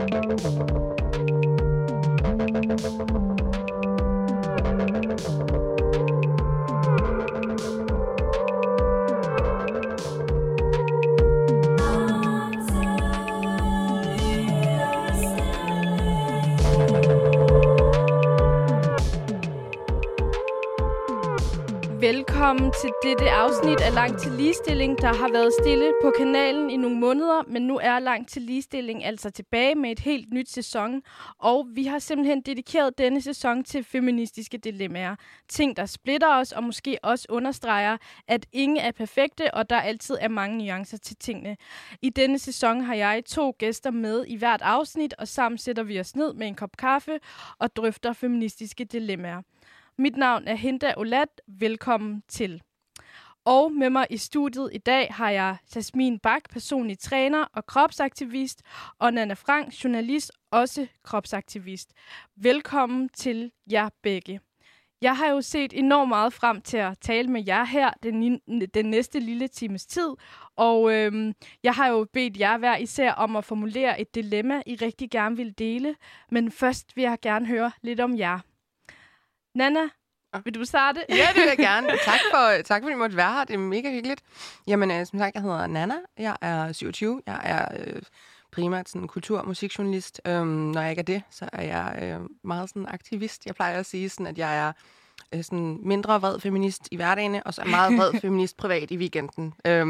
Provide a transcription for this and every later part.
Velkommen til dette afsnit af Langt til Ligestilling, der har været stille på kanalen i nogle måneder, men nu er Langt til Ligestilling altså tilbage med et helt nyt sæson, og vi har simpelthen dedikeret denne sæson til feministiske dilemmaer. Ting, der splitter os og måske også understreger, at ingen er perfekte, og der altid er mange nuancer til tingene. I denne sæson har jeg 2 gæster med i hvert afsnit, og sammen sætter vi os ned med en kop kaffe og drøfter feministiske dilemmaer. Mit navn er Hinda Olat. Velkommen til. Og med mig i studiet i dag har jeg Jasmin Bak, personlig træner og kropsaktivist, og Nana Frank, journalist, også kropsaktivist. Velkommen til jer begge. Jeg har jo set enormt meget frem til at tale med jer her den næste lille times tid, og jeg har jo bedt jer hver især om at formulere et dilemma, I rigtig gerne vil dele, men først vil jeg gerne høre lidt om jer. Nana, vil du starte? Ja, det vil jeg gerne. Tak fordi I måtte være her. Det er mega hyggeligt. Jamen, som sagt, jeg hedder Nana. Jeg er 27. Jeg er primært sådan kultur- og musikjournalist. Når jeg ikke er det, så er jeg meget sådan aktivist. Jeg plejer at sige, sådan, at jeg er sådan mindre vred feminist i hverdagen, og så er meget vred feminist privat i weekenden.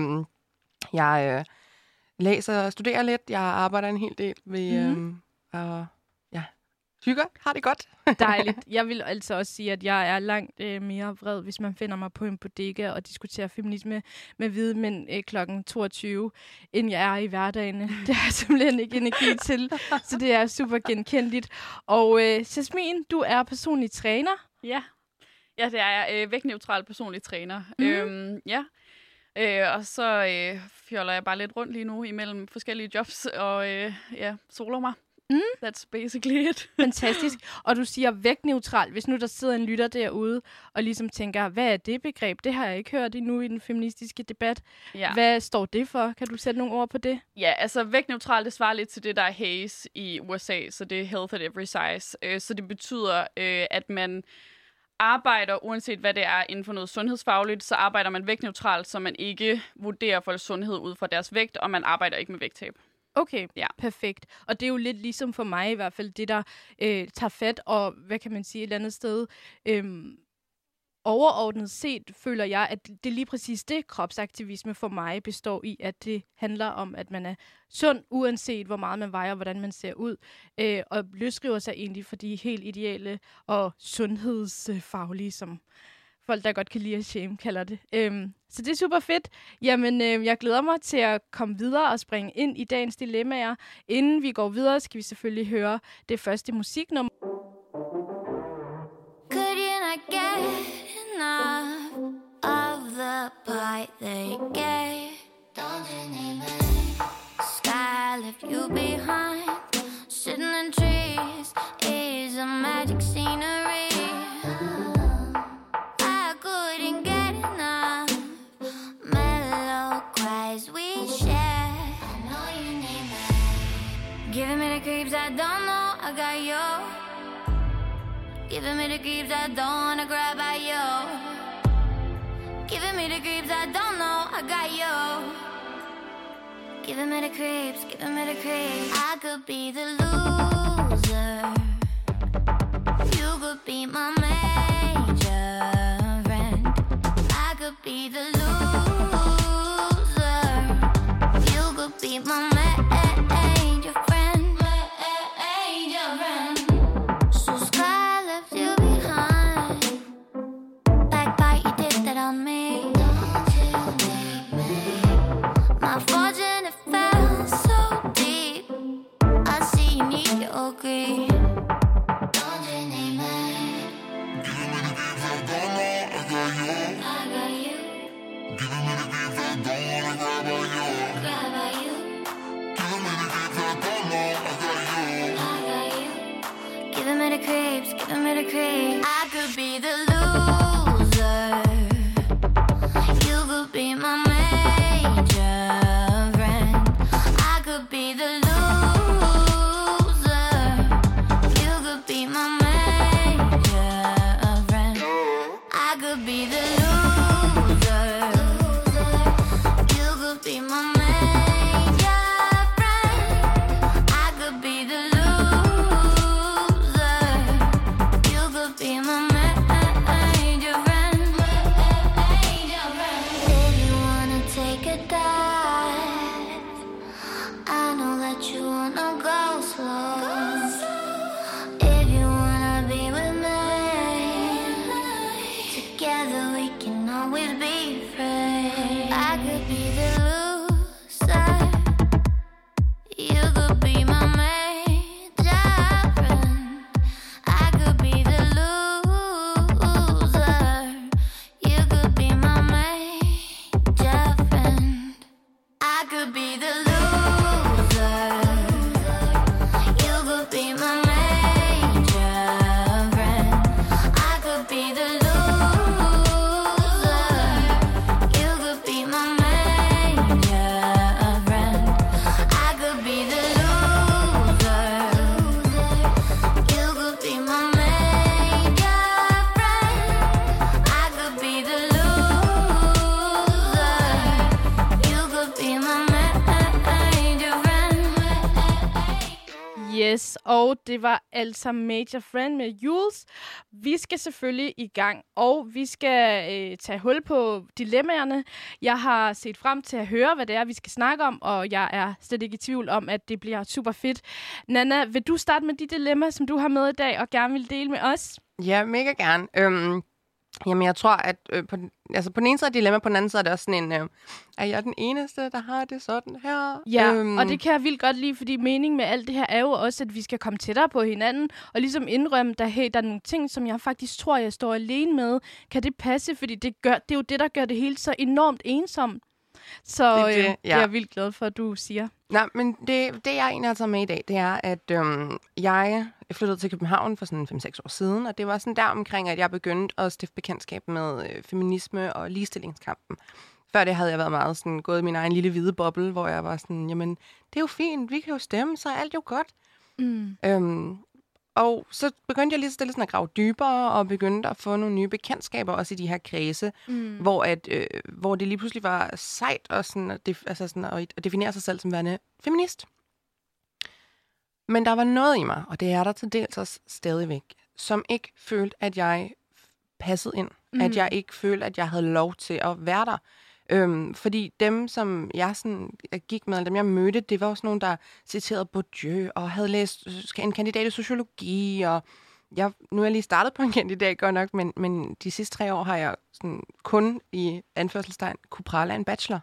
Jeg læser og studerer lidt. Jeg arbejder en hel del ved... og hygger, har det godt. Dejligt. Jeg vil altså også sige, at jeg er langt mere vred, hvis man finder mig på en bodega og diskuterer feminisme med hvide mænd klokken 22, end jeg er i hverdagen. Det har jeg simpelthen ikke energi til, så det er super genkendeligt. Og Jasmin, du er personlig træner. Ja, det er jeg. Vægtneutral personlig træner. Og så fjoller jeg bare lidt rundt lige nu imellem forskellige jobs og soler mig. That's basically it. Fantastisk. Og du siger vægtneutral. Hvis nu der sidder en lytter derude og ligesom tænker, hvad er det begreb? Det har jeg ikke hørt endnu i den feministiske debat. Ja. Hvad står det for? Kan du sætte nogle ord på det? Ja, altså vægtneutral, det svarer lidt til det, der er HAES i USA, så det er Health at Every Size. Så det betyder, at man arbejder, uanset hvad det er inden for noget sundhedsfagligt, så arbejder man vægtneutralt, så man ikke vurderer folks sundhed ud fra deres vægt, og man arbejder ikke med vægttab. Okay, ja. Perfekt. Og det er jo lidt ligesom for mig i hvert fald, det der tager fat, og hvad kan man sige, et eller andet sted, overordnet set føler jeg, at det er lige præcis det, kropsaktivisme for mig består i, at det handler om, at man er sund, uanset hvor meget man vejer, hvordan man ser ud, og løsriver sig egentlig for de helt ideelle og sundhedsfaglige, som folk, der godt kan lide at shame, kalder det. Så det er super fedt. Jamen, jeg glæder mig til at komme videre og springe ind i dagens dilemmaer. Inden vi går videre, skal vi selvfølgelig høre det første musiknummer. Could you not get enough of the pie they gave? Don't you need me? Sky left you behind. Sitting in trees is a magic scenery. Giving me the creeps, I don't know, I got you. Giving me the creeps, I don't wanna grab at you. Giving me the creeps, I don't know, I got you. Giving me the creeps, giving me the creeps. I could be the loser. You could be my major friend. I could be the loser. You could be my major friend. I could be the loser. You could be my major friend. I could be the loser. always be friends. I could be the loser. You could be my major friend. I could be the loser. You could be my major friend. I could be the loser. You could be my major friend. I could be the loser. You could be my major friend. I could be the loser. You could be my major friend. I could be the loser. You could be my major friend. Yes, og det var altså Major Friend med Jules. Vi skal selvfølgelig i gang, og vi skal tage hul på dilemmaerne. Jeg har set frem til at høre, hvad det er, vi skal snakke om, og jeg er slet ikke i tvivl om, at det bliver super fedt. Nana, vil du starte med de dilemmaer, som du har med i dag, og gerne vil dele med os? Ja, mega gerne. Jamen, jeg tror, at på den ene side er dilemma, på den anden side er det også sådan en, er jeg den eneste, der har det sådan her? Ja, og det kan jeg vildt godt lide, fordi meningen med alt det her er jo også, at vi skal komme tættere på hinanden, og ligesom indrømme, der er nogle ting, som jeg faktisk tror, jeg står alene med. Kan det passe? Fordi det er jo det, der gør det hele så enormt ensomt. Så det er jeg vildt glad for, at du siger. Nej, men det jeg egentlig har taget med i dag, det er, at jeg flyttede til København for sådan 5-6 år siden, og det var sådan der omkring, at jeg begyndte at stifte bekendtskab med feminisme og ligestillingskampen. Før det havde jeg været meget sådan, gået i min egen lille hvide boble, hvor jeg var sådan, jamen, det er jo fint, vi kan jo stemme, så er alt jo godt. Og så begyndte jeg lige så stille sådan at grave dybere, og begyndte at få nogle nye bekendtskaber, også i de her kredse, hvor det lige pludselig var sejt og sådan, at definere sig selv som værende feminist. Men der var noget i mig, og det er der til dels også stadigvæk, som ikke følte, at jeg passede ind. At jeg ikke følte, at jeg havde lov til at være der. Fordi dem, som jeg gik med, dem jeg mødte, det var også nogen, der citerede Bourdieu og havde læst en kandidat i sociologi. Og nu er jeg lige startet på en kandidat, godt nok, men de sidste 3 år har jeg sådan kun i anførselstegn kunne prale af en bachelor.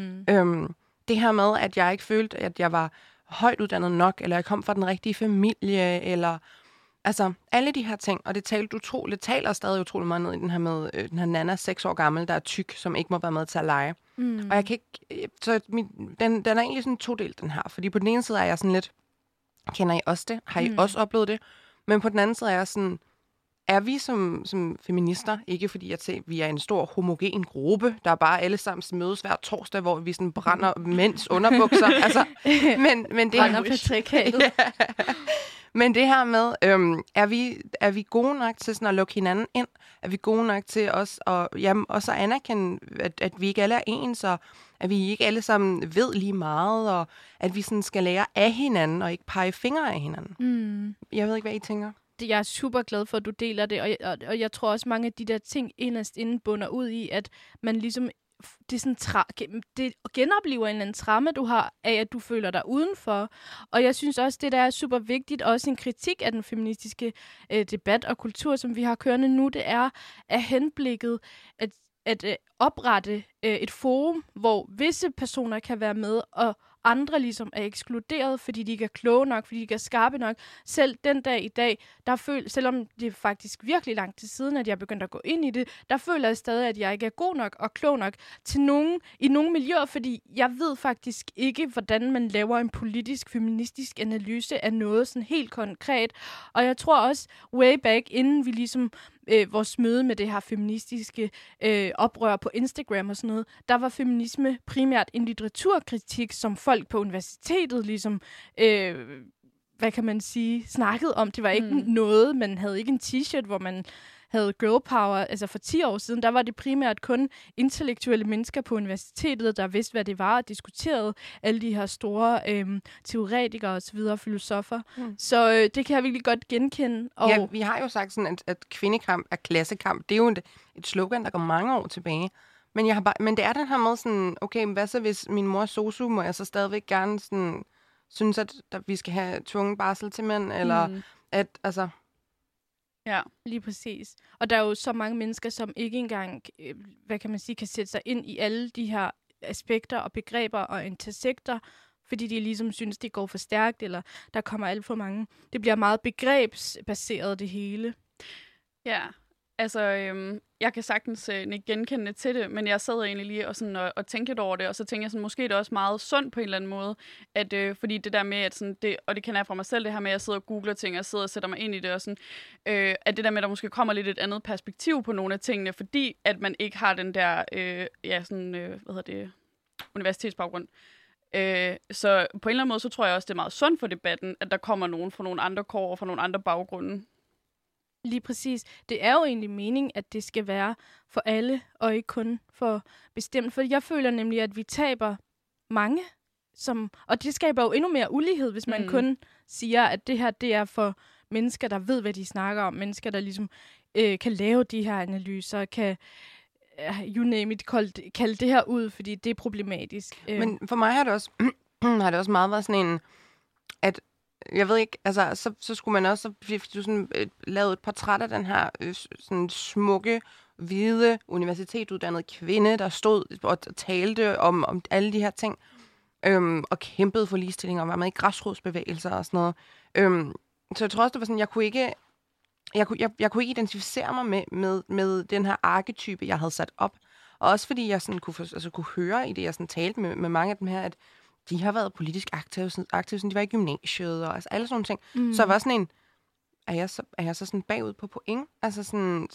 Det her med, at jeg ikke følte, at jeg var højt uddannet nok, eller jeg kom fra den rigtige familie, eller altså alle de her ting, og det taler stadig utroligt meget ned i den her Nana, 6 år gammel, der er tyk, som ikke må være med til at lege. Og jeg kan ikke, så den er egentlig sådan todelt, den her, fordi på den ene side er jeg sådan lidt, kender I også det? Har I også oplevet det? Men på den anden side er jeg sådan, er vi som feminister, ikke fordi jeg tænker, vi er en stor homogen gruppe, der bare alle sammen mødes hver torsdag, hvor vi sådan brænder mænds underbukser. Altså, men det brænder på trikatet. Ja. Men det her med, er vi gode nok til sådan at lukke hinanden ind? Er vi gode nok til også at anerkende, at vi ikke alle er ens, og at vi ikke alle sammen ved lige meget, og at vi sådan skal lære af hinanden, og ikke pege fingre af hinanden? Jeg ved ikke, hvad I tænker. Jeg er super glad for, at du deler det, og jeg tror også, mange af de der ting inderst inde bunder ud i, at man ligesom det genoplever en eller anden tramme, du har af, at du føler dig udenfor. Og jeg synes også, det der er super vigtigt, også en kritik af den feministiske debat og kultur, som vi har kørende nu, det er af henblikket at oprette et forum, hvor visse personer kan være med, og andre ligesom er ekskluderet, fordi de ikke er kloge nok, fordi de ikke er skarpe nok. Selv den dag i dag, selvom det er faktisk virkelig langt til siden, at jeg begyndte at gå ind i det, der føler jeg stadig, at jeg ikke er god nok og klog nok til i nogle miljøer, fordi jeg ved faktisk ikke, hvordan man laver en politisk, feministisk analyse af noget sådan helt konkret. Og jeg tror også, way back, inden vi ligesom vores møde med det her feministiske oprør på Instagram og sådan noget, der var feminisme primært en litteraturkritik, som folk på universitetet ligesom, hvad kan man sige, snakkede om. Det var ikke noget, man havde ikke en t-shirt, hvor man havde girl power. Altså for 10 år siden, der var det primært kun intellektuelle mennesker på universitetet, der vidste, hvad det var, og diskuterede alle de her store teoretikere og så videre, filosofer. Så det kan jeg virkelig godt genkende. Og ja, vi har jo sagt sådan, at kvindekamp er klassekamp. Det er jo et slogan, der går mange år tilbage. Men det er den her med sådan, okay, hvad så hvis min mor er sosu, må jeg så stadigvæk gerne sådan, synes, at vi skal have tvungen barsel til mænd, eller at, altså Ja. Lige præcis. Og der er jo så mange mennesker, som ikke engang, kan sætte sig ind i alle de her aspekter og begreber og intersekter, fordi de ligesom synes, det går for stærkt, eller der kommer alt for mange. Det bliver meget begrebsbaseret, det hele. Ja, altså, jeg kan sagtens genkende til det, men jeg sad egentlig lige og tænkte lidt over det, og så tænkte jeg sådan, måske det er også meget sundt på en eller anden måde, at, fordi det der med, at sådan, og det kender jeg fra mig selv, det her med, at jeg sidder og googler ting, og jeg sidder og sætter mig ind i det, og sådan, at det der med, at der måske kommer lidt et andet perspektiv på nogle af tingene, fordi at man ikke har den der, universitetsbaggrund. Så på en eller anden måde, så tror jeg også, det er meget sundt for debatten, at der kommer nogen fra nogle andre kår og fra nogle andre baggrunde. Lige præcis. Det er jo egentlig meningen, at det skal være for alle, og ikke kun for bestemt. For jeg føler nemlig, at vi taber mange, og det skaber jo endnu mere ulighed, hvis man kun siger, at det her, det er for mennesker, der ved, hvad de snakker om. Mennesker, der ligesom kan lave de her analyser, kan you name it, kalde det her ud, fordi det er problematisk. Men for mig har det også meget været sådan en, at jeg ved ikke, altså, så skulle man også lave et portræt af den her sådan smukke, hvide, universitetsuddannede kvinde, der stod og talte om alle de her ting, og kæmpede for ligestilling og var med i græsrodsbevægelser og sådan noget. Så jeg tror også, det var sådan, jeg kunne ikke identificere mig med den her arketype, jeg havde sat op. Og også fordi jeg sådan kunne høre i det, jeg sådan talte med mange af dem her, at de har været politisk aktive, sådan de var i gymnasiet og altså alle sådan ting. Så jeg var sådan en, er jeg så sådan bagud på point? Altså sådan,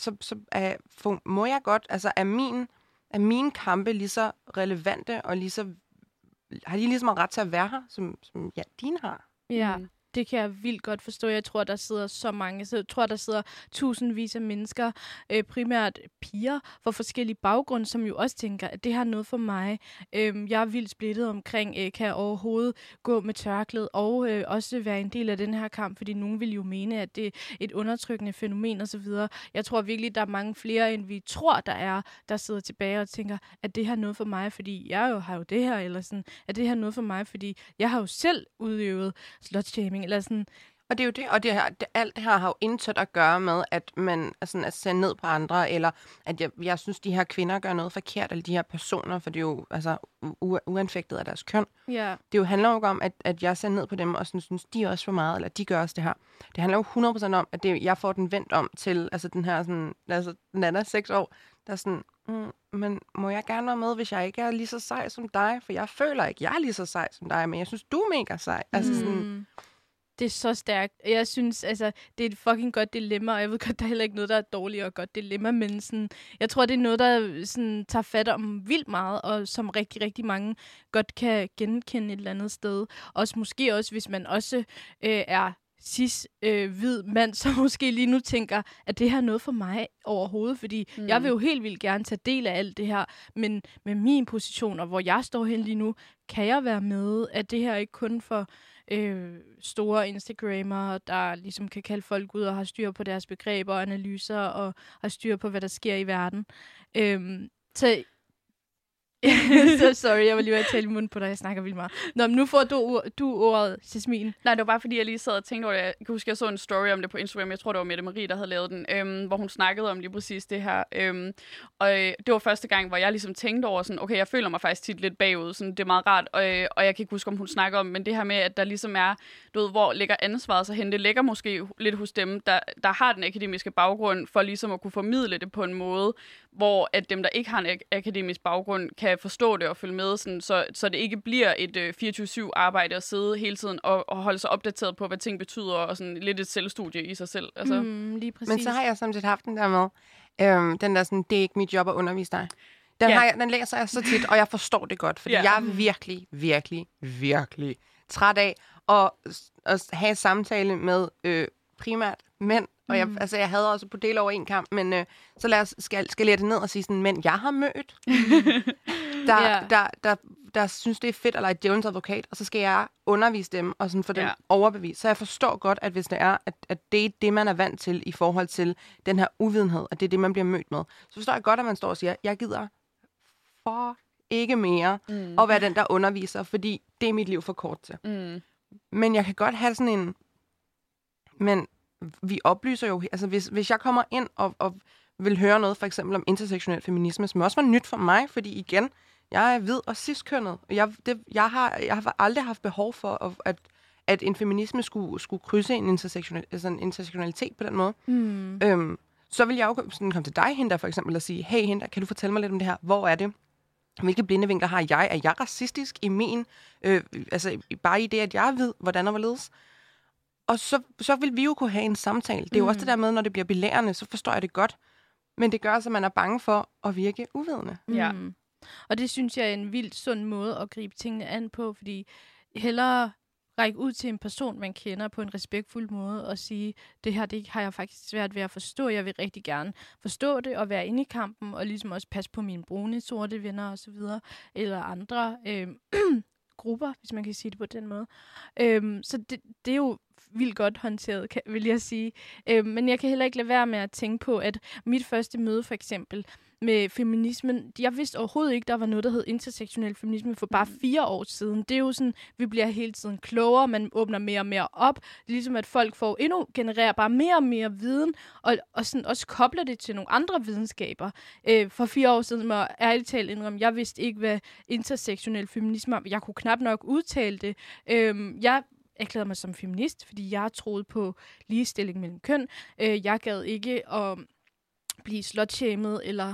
må jeg godt, altså er mine kampe lige så relevante, og har de lige så meget ret til at være her, som dine har? Ja. Det kan jeg vildt godt forstå. Jeg tror, der sidder så mange. Jeg tror, der sidder tusindvis af mennesker, primært piger fra forskellige baggrunde, som jo også tænker, at det har noget for mig. Jeg er vildt splittet omkring, kan jeg overhovedet gå med tørklæde og også være en del af den her kamp, fordi nogen vil jo mene, at det er et undertrykkende fænomen osv. Jeg tror virkelig, der er mange flere, end vi tror, der sidder tilbage og tænker, at det har noget for mig, fordi jeg har jo det her, eller sådan, at det har noget for mig, fordi jeg har jo selv udøvet slutshaming. Eller sådan. Og det er jo det, og alt det her har jo intet at gøre med, at man sådan at se ned på andre, eller at jeg synes, de her kvinder gør noget forkert, eller de her personer, for det er jo altså uanfægtet af deres køn. Yeah. Det jo handler jo ikke om, at jeg ser ned på dem, og sådan, synes, de er også for meget, eller de gør også det her. Det handler jo 100% om, at jeg får den vendt om til, altså den her sådan, altså Nana 6 år, der er sådan, men må jeg gerne være med, hvis jeg ikke er lige så sej som dig? For jeg føler ikke, jeg er lige så sej som dig, men jeg synes, du er mega sej. Altså sådan. Det er så stærkt. Jeg synes, altså, det er et fucking godt dilemma, og jeg ved godt, der er heller ikke noget, der er dårligt og godt dilemma, men sådan, jeg tror, det er noget, der sådan, tager fat om vildt meget, og som rigtig, rigtig mange godt kan genkende et eller andet sted. Måske også, hvis man også er cis-hvid mand, som måske lige nu tænker, at det her er noget for mig overhovedet, fordi jeg vil jo helt vildt gerne tage del af alt det her, men med min position, og hvor jeg står hen lige nu, kan jeg være med, at det her ikke kun for store Instagrammer, der ligesom kan kalde folk ud og har styr på deres begreber og analyser, og har styr på, hvad der sker i verden. Så så sorry, jeg var lige ved at tale i munden på dig, jeg snakker vildt meget. Nå, men nu får du ordet, Jasmin. Nej, det var bare fordi, jeg lige sad og tænkte over det. Jeg kan huske, jeg så en story om det på Instagram. Jeg tror, det var Mette Marie, der havde lavet den, hvor hun snakkede om lige præcis det her. Og det var første gang, hvor jeg ligesom tænkte over sådan, okay, jeg føler mig faktisk tit lidt bagud. Sådan, det er meget rart, og jeg kan ikke huske, om hun snakker om, men det her med, at der ligesom er, du ved, hvor ligger ansvaret så hen? Det ligger måske lidt hos dem, der har den akademiske baggrund, for ligesom at kunne formidle det på en måde, hvor at dem, der ikke har en akademisk baggrund, kan forstå det og følge med, sådan, så det ikke bliver et 24/7 arbejde at sidde hele tiden og holde sig opdateret på, hvad ting betyder, og sådan lidt et selvstudie i sig selv. Altså. Lige præcis. Men så har jeg samtidig haft den der med, den der sådan, det er ikke mit job at undervise dig. Den læser jeg så tit, og jeg forstår det godt, fordi jeg er virkelig, virkelig, virkelig træt af at have samtale med primært mænd. Og jeg havde også på del over en kamp, men så lad os skalere det ned og sige sådan, men jeg har mødt, der synes, det er fedt at lege djævelens advokat, og så skal jeg undervise dem og sådan få dem overbevist. Så jeg forstår godt, at hvis det er, at det er det, man er vant til i forhold til den her uvidenhed, og det er det, man bliver mødt med. Så forstår jeg godt, at man står og siger, jeg gider ikke mere at være den, der underviser, fordi det er mit liv for kort til. Men jeg kan godt have sådan en... Men vi oplyser jo... Altså, hvis jeg kommer ind og vil høre noget, for eksempel om intersektionel feminisme, som også var nyt for mig, fordi igen, jeg er hvid og cis-kønnet. Jeg har aldrig haft behov for, at en feminisme skulle krydse en intersektionalitet på den måde. Så vil jeg jo sådan komme til dig, Hinda, for eksempel, og sige, hey Hinda, kan du fortælle mig lidt om det her? Hvor er det? Hvilke blindevinkler har jeg? Er jeg racistisk i min? Bare i det, at jeg er hvid, hvordan og hvorledes? Og så vil vi jo kunne have en samtale. Det er jo også det der med, når det bliver belærende, så forstår jeg det godt. Men det gør også, at man er bange for at virke uvidende. Ja. Og det synes jeg er en vildt sund måde at gribe tingene an på, fordi hellere række ud til en person, man kender på en respektfuld måde og sige, det her, det har jeg faktisk svært ved at forstå. Jeg vil rigtig gerne forstå det og være inde i kampen og ligesom også passe på mine brune, sorte venner osv. Eller andre grupper, hvis man kan sige det på den måde. Så det er jo vildt godt håndteret, vil jeg sige. Men jeg kan heller ikke lade være med at tænke på, at mit første møde for eksempel med feminismen, jeg vidste overhovedet ikke, der var noget, der hed intersektionel feminisme for bare 4 år siden. Det er jo sådan, vi bliver hele tiden klogere, man åbner mere og mere op. Det er ligesom, at folk genererer bare mere og mere viden, og sådan også kobler det til nogle andre videnskaber. For 4 år siden må jeg ærligt talt indrømme, jeg vidste ikke, hvad intersektionel feminisme var. Jeg kunne knap nok udtale det. Jeg erklærede mig som feminist, fordi jeg troede på ligestilling mellem køn. Jeg gad ikke at blive slutshamed, eller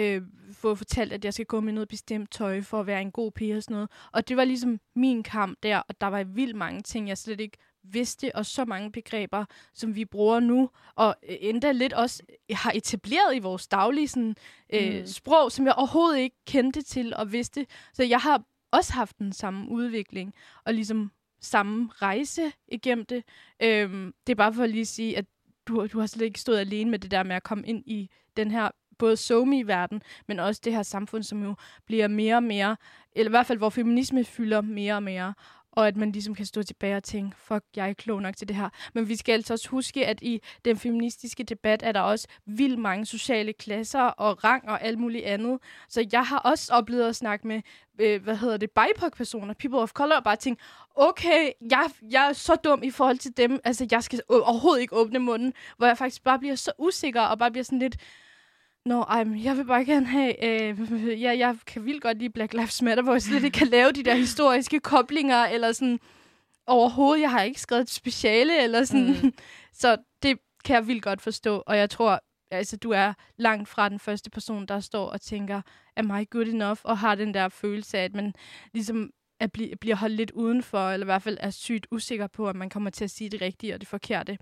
få fortalt, at jeg skal gå med noget bestemt tøj for at være en god pige og sådan noget. Og det var ligesom min kamp der, og der var vildt mange ting, jeg slet ikke vidste, og så mange begreber, som vi bruger nu, og endda lidt også har etableret i vores daglige sådan, sprog, som jeg overhovedet ikke kendte til og vidste. Så jeg har også haft den samme udvikling, og ligesom samme rejse igennem det. Det er bare for at lige sige, at du har slet ikke stået alene med det der med at komme ind i den her både SoMe-verden, men også det her samfund, som jo bliver mere og mere, eller i hvert fald hvor feminisme fylder mere og mere, og at man ligesom kan stå tilbage og tænke, fuck, jeg er ikke klog nok til det her. Men vi skal altså også huske, at i den feministiske debat er der også vildt mange sociale klasser og rang og alt muligt andet. Så jeg har også oplevet at snakke med, BIPOC-personer, people of color, og bare tænke, okay, jeg er så dum i forhold til dem, altså jeg skal overhovedet ikke åbne munden, hvor jeg faktisk bare bliver så usikker, og bare bliver sådan lidt, jeg vil bare gerne have... jeg kan vildt godt lide Black Lives Matter, hvor jeg slet ikke kan lave de der historiske koblinger, eller sådan overhovedet. Jeg har ikke skrevet et speciale, eller sådan. Så det kan jeg vildt godt forstå, og jeg tror, altså du er langt fra den første person, der står og tænker, am I good enough? Og har den der følelse af, at man ligesom bliver holdt lidt udenfor, eller i hvert fald er sygt usikker på, at man kommer til at sige det rigtige og det forkerte.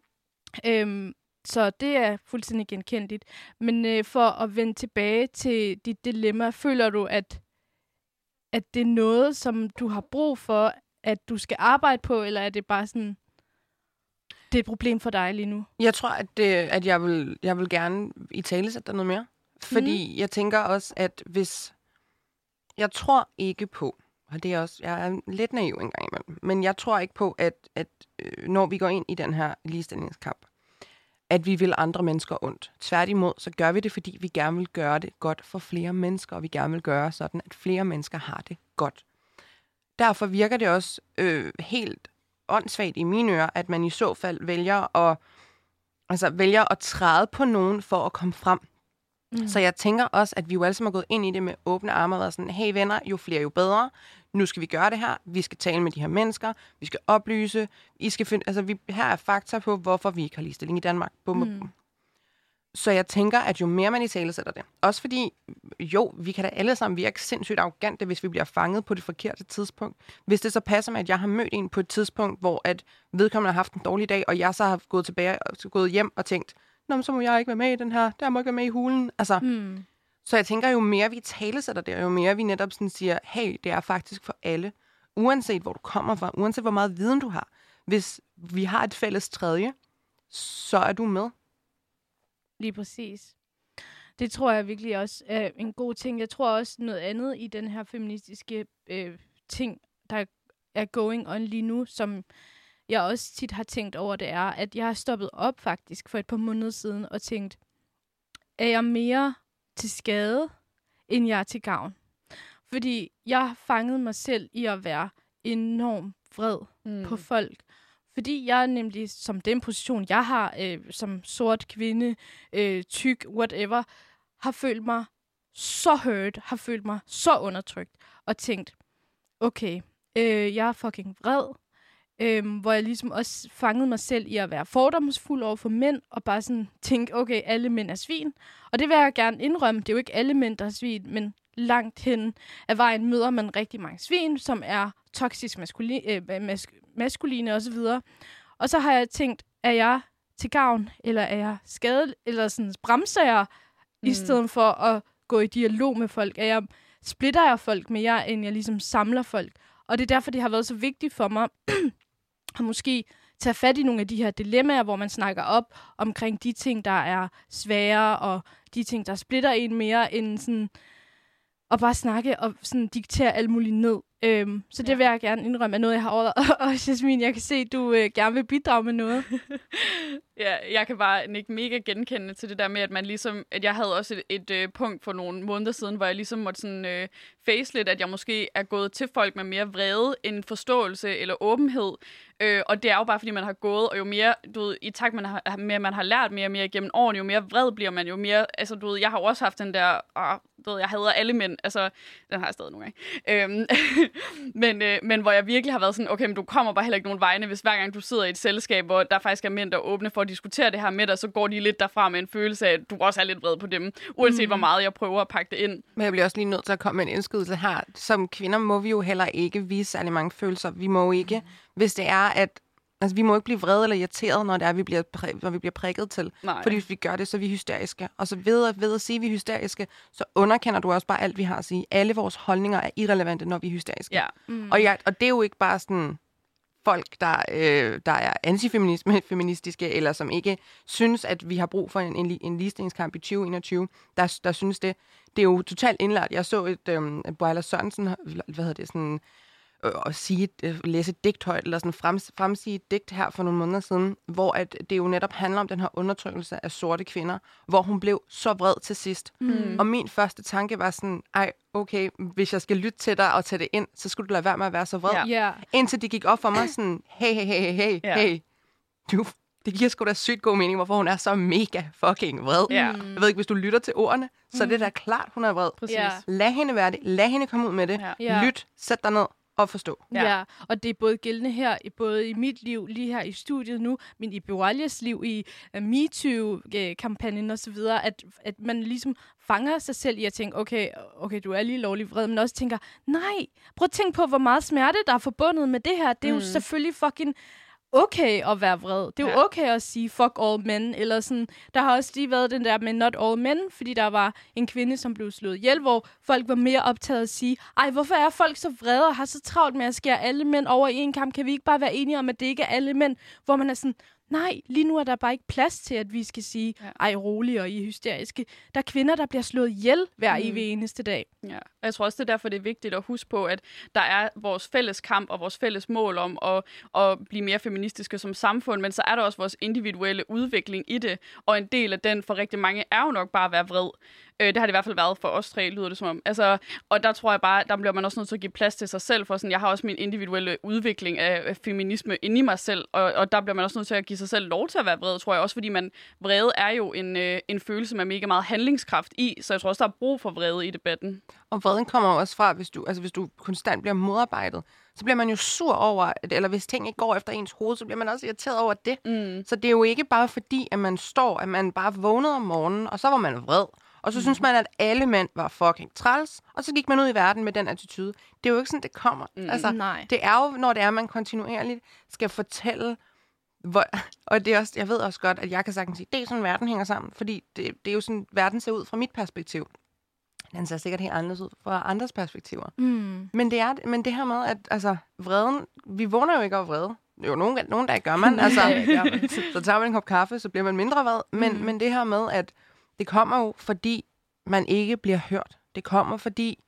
Så det er fuldstændig genkendeligt. Men for at vende tilbage til dit dilemma, føler du, at det er noget, som du har brug for, at du skal arbejde på, eller er det bare sådan, det er et problem for dig lige nu? Jeg tror, at jeg vil gerne italesætte dig noget mere. Fordi jeg tænker også, at hvis... Jeg tror ikke på, og det er også... Jeg er lidt naiv en gang imellem, men jeg tror ikke på, at når vi går ind i den her ligestillingskamp, at vi vil andre mennesker ondt. Tværtimod, så gør vi det, fordi vi gerne vil gøre det godt for flere mennesker, og vi gerne vil gøre sådan, at flere mennesker har det godt. Derfor virker det også helt åndssvagt i mine ører, at man i så fald vælger at træde på nogen for at komme frem. Så jeg tænker også, at vi jo alle sammen er gået ind i det med åbne arme og været sådan, hey venner, jo flere, jo bedre. Nu skal vi gøre det her. Vi skal tale med de her mennesker. Vi skal oplyse. I skal finde, her er fakta på, hvorfor vi ikke har ligestilling i Danmark. Så jeg tænker, at jo mere man italesætter det. Også fordi, jo, vi kan da alle sammen virke sindssygt arrogante, hvis vi bliver fanget på det forkerte tidspunkt. Hvis det så passer med, at jeg har mødt en på et tidspunkt, hvor at vedkommende har haft en dårlig dag, og jeg så har gået tilbage og gået hjem og tænkt, så må jeg ikke være med i den her. Der må ikke være med i hulen. Så jeg tænker, jo mere vi italesætter det, jo mere vi netop sådan siger, hey, det er faktisk for alle. Uanset hvor du kommer fra, uanset hvor meget viden du har. Hvis vi har et fælles tredje, så er du med. Lige præcis. Det tror jeg virkelig også er en god ting. Jeg tror også noget andet i den her feministiske ting, der er going on lige nu, som jeg også tit har tænkt over, det er, at jeg har stoppet op faktisk for et par måneder siden og tænkt, er jeg mere til skade, end jeg er til gavn? Fordi jeg har fanget mig selv i at være enormt vred på folk, fordi jeg nemlig, som den position, jeg har, som sort kvinde, tyk, whatever, har følt mig så hurt, har følt mig så undertrykt, og tænkt, okay, jeg er fucking vred, hvor jeg ligesom også fangede mig selv i at være fordomsfuld over for mænd, og bare sådan tænke, okay, alle mænd er svin. Og det vil jeg gerne indrømme, det er jo ikke alle mænd, der er svin, men langt hen ad vejen møder man rigtig mange svin, som er toksisk maskuline osv. Og så har jeg tænkt, er jeg til gavn, eller er jeg skadet, eller sådan bremser jeg, i stedet for at gå i dialog med folk? Splitter jeg folk mere, end jeg ligesom samler folk? Og det er derfor, det har været så vigtigt for mig, at måske tage fat i nogle af de her dilemmaer, hvor man snakker op omkring de ting, der er svære, og de ting, der splitter en mere, end sådan at bare snakke og sådan diktere alt muligt ned. Så det vil jeg gerne indrømme er noget, jeg har over. Og Jasmin, jeg kan se, at du gerne vil bidrage med noget. Ja, jeg kan bare ikke mega genkende til det der med, at man ligesom, at jeg havde også et punkt for nogle måneder siden, hvor jeg ligesom måtte sådan face lidt, at jeg måske er gået til folk med mere vrede end forståelse eller åbenhed. Og det er jo bare, fordi man har gået, og jo mere, du ved, i takt med, at man har lært mere og mere igennem årene, jo mere vred bliver man, jo mere, altså du ved, jeg har jo også haft den der, du ved, jeg hader alle mænd, altså, den har jeg stadig nogle gange. Men hvor jeg virkelig har været sådan, okay, men du kommer bare heller ikke nogen vegne, hvis hver gang du sidder i et selskab, hvor der faktisk er mænd, der er åbne for at diskutere det her med dig, så går de lidt derfra med en følelse af, at du også er lidt vred på dem, uanset hvor meget jeg prøver at pakke det ind. Men jeg bliver også lige nødt til at komme med en indskydelse her. Som kvinder må vi jo heller ikke vise særlig mange følelser. Vi må ikke, hvis det er, at altså, vi må ikke blive vrede eller irriteret, når det er, når vi bliver prikket til. Nej. Fordi hvis vi gør det, så er vi hysteriske. Og så ved at sige, at vi er hysteriske, så underkender du også bare alt, vi har at sige. Alle vores holdninger er irrelevante, når vi er hysteriske. Ja. Og det er jo ikke bare sådan folk, der er antifeministiske, eller som ikke synes, at vi har brug for en ligestillingskamp i 2021, der synes det. Det er jo totalt indlært. Jeg så Bøjler Sørensen, læse et digt højt, eller sådan fremsige et digt her for nogle måneder siden, hvor at det jo netop handler om den her undertrykkelse af sorte kvinder, hvor hun blev så vred til sidst. Og min første tanke var sådan, okay, hvis jeg skal lytte til dig og tage det ind, så skulle du lade være med at være så vred. Ja. Indtil det gik op for mig sådan, hey, det giver sgu da sygt god mening, hvorfor hun er så mega fucking vred. Ja. Jeg ved ikke, hvis du lytter til ordene, så det er da klart, hun er vred. Præcis. Ja. Lad hende være det. Lad hende komme ud med det. Ja. Lyt, sæt dig ned og forstå. Ja, og det er både gældende her, både i mit liv, lige her i studiet nu, men i Beualias liv, i MeToo-kampagnen og så videre, at man ligesom fanger sig selv i at tænke, okay, du er lige lovlig vred, men også tænker, nej, prøv at tænke på, hvor meget smerte, der er forbundet med det her. Det er jo selvfølgelig fucking okay at være vred. Det er jo okay at sige fuck all men, eller sådan. Der har også lige været den der med not all men, fordi der var en kvinde, som blev slået ihjel, hvor folk var mere optaget at sige, hvorfor er folk så vrede og har så travlt med at skære alle mænd over i en kamp? Kan vi ikke bare være enige om, at det ikke er alle mænd? Hvor man er sådan, nej, lige nu er der bare ikke plads til, at vi skal sige, rolig og I er hysteriske. Der er kvinder, der bliver slået ihjel hver evig eneste dag. Ja, jeg tror også, det er derfor, det er vigtigt at huske på, at der er vores fælles kamp og vores fælles mål om at blive mere feministiske som samfund, men så er der også vores individuelle udvikling i det, og en del af den for rigtig mange er jo nok bare at være vred. Det har det i hvert fald været for os tre, lyder det som om. Altså, og der tror jeg bare, der bliver man også nødt til at give plads til sig selv, for sådan, jeg har også min individuelle udvikling af feminisme inde i mig selv, og der bliver man også nødt til at give sig selv lov til at være vred, tror jeg også, fordi vrede er jo en følelse med mega meget handlingskraft i, så jeg tror også, der er brug for vrede i debatten. Og vreden kommer også fra, hvis du konstant bliver modarbejdet, så bliver man jo sur over, eller hvis ting ikke går efter ens hoved, så bliver man også irriteret over det. Så det er jo ikke bare fordi, at man bare vågnede om morgenen, og så var man vred. Og så synes man, at alle mænd var fucking træls, og så gik man ud i verden med den attitude. Det er jo ikke sådan, det kommer. Nej. Det er jo, når det er, man kontinuerligt skal fortælle, og det er også, jeg ved også godt, at jeg kan sagtens sige, det er sådan, verden hænger sammen, fordi det er jo sådan, verden ser ud fra mit perspektiv. Den ser sikkert helt anderledes ud fra andres perspektiver. Men det her med, at vreden, vi vågner jo ikke af vrede. Jo, nogen dage gør man. Så tager man en kop kaffe, så bliver man mindre vred. Men det her med, at det kommer jo, fordi man ikke bliver hørt. Det kommer, fordi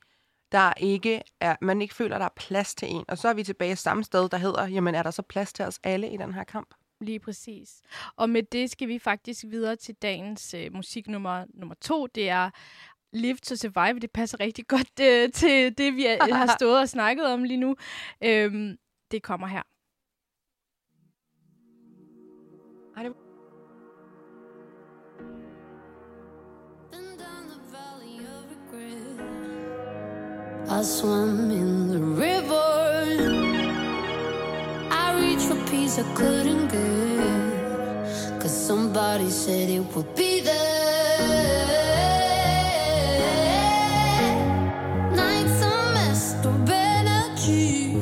man ikke føler, at der er plads til en. Og så er vi tilbage samme sted, der hedder, jamen er der så plads til os alle i den her kamp? Lige præcis. Og med det skal vi faktisk videre til dagens musiknummer 2. Det er Live to Survive. Det passer rigtig godt til det, vi har stået og snakket om lige nu. Det kommer her. Hej. I swam in the river. I reached for peace I couldn't get, 'cause somebody said it would be there. Nights a mess of energy.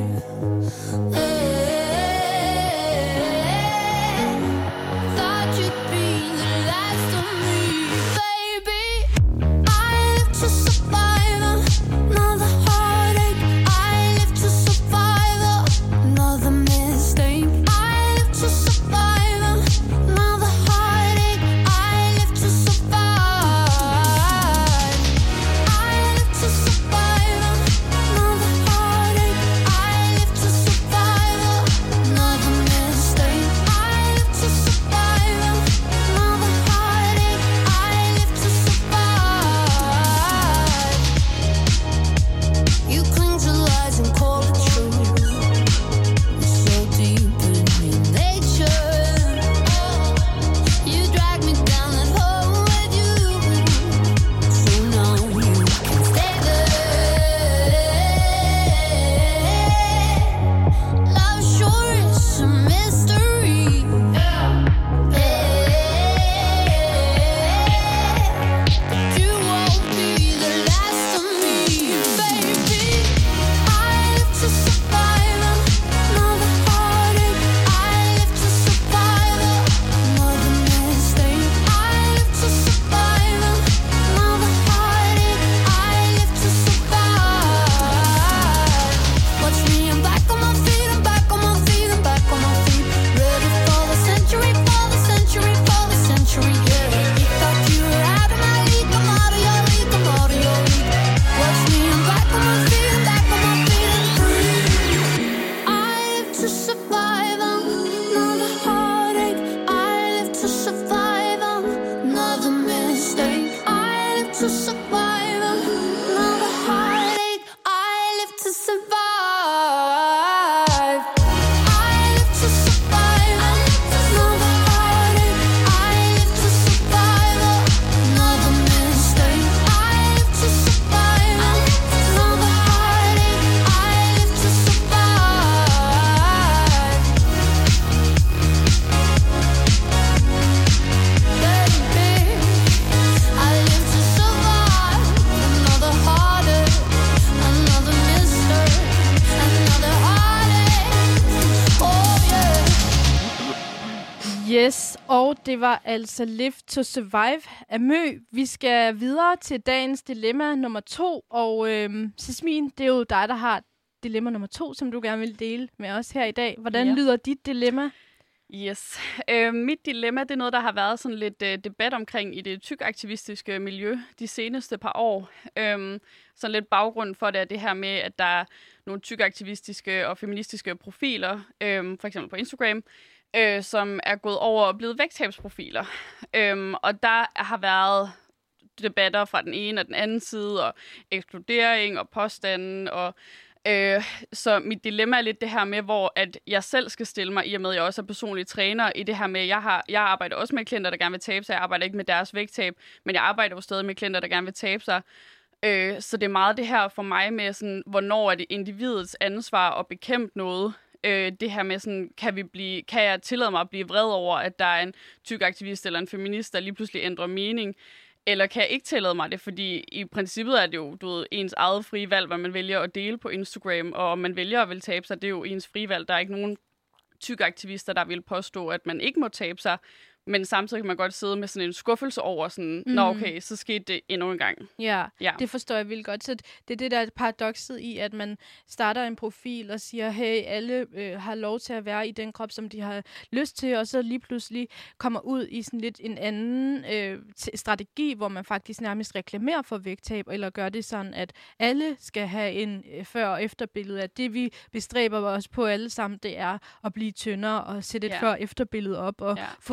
Thought you'd be the last of me, baby. I live to survive another heartache. I live to survive another mistake. I live to survive another heartache. I live to survive. I live to survive another heartache. I live to survive another mistake. I live to survive another heartache. I live to survive. You cling to lies and call it true. It's so deep in your nature. You drag me down that hole with you, so now you can stay there. Love sure is a mystery. But you won't be the last of me, baby. I live to survive another heartache. I live to survive another mistake. I live to survive another heartache. I live to survive. Watch me, I'm back on my feet, I'm back on my feet, I'm back on my feet. Ready for the century, for the century, for the century, yeah. Thought you were out of my league, I'm out of your league, I'm out of your league. Watch me, I'm back on my feet, I'm back on my feet and free. I live to survive another heartache. I live to survive another mistake. I live to survive another heartache. I live to survive. I live to survive another heartache. I live to survive another mistake. I live to survive another heartache. I live to survive. Baby, I live to survive another heartache, another mistake, another heartache. Oh yeah. Yes, og det var altså Live to Survive af Mø. Vi skal videre til dagens dilemma nummer 2, og Jasmin, det er jo dig, der har dilemma nummer 2, som du gerne vil dele med os her i dag. Hvordan lyder dit dilemma? Yes. Mit dilemma, det er noget, der har været sådan lidt debat omkring i det tykaktivistiske miljø de seneste par år. Sådan lidt baggrund for det er det her med, at der er nogle tykaktivistiske og feministiske profiler, for eksempel på Instagram, som er gået over og blevet vægttabsprofiler. Og der har været debatter fra den ene og den anden side, og ekskludering og påstanden, og så mit dilemma er lidt det her med, hvor at jeg selv skal stille mig, i og med at jeg også er personlig træner, i det her med, jeg arbejder også med klienter, der gerne vil tabe sig. Jeg arbejder ikke med deres vægttab, men jeg arbejder jo stadig med klienter, der gerne vil tabe sig. Så det er meget det her for mig med, sådan, hvornår er det individets ansvar at bekæmpe noget. Det her med, sådan, kan jeg tillade mig at blive vred over, at der er en tykaktivist eller en feminist, der lige pludselig ændrer mening? Eller kan jeg ikke tillade mig det? Fordi i princippet er det jo ens eget frie valg, hvad man vælger at dele på Instagram, og om man vælger at vil tabe sig, det er jo ens frie valg. Der er ikke nogen tykaktivister, der vil påstå, at man ikke må tabe sig, men samtidig kan man godt sidde med sådan en skuffelse over sådan, nå okay, så skete det endnu en gang. Ja, det forstår jeg vildt godt. Så det er det, der er paradokset i, at man starter en profil og siger, hey, alle har lov til at være i den krop, som de har lyst til, og så lige pludselig kommer ud i sådan lidt en anden strategi, hvor man faktisk nærmest reklamerer for vægttab, eller gør det sådan, at alle skal have en før- og efterbillede. At det, vi bestræber os på alle sammen, det er at blive tyndere og sætte et før- og efterbillede op, og få enormt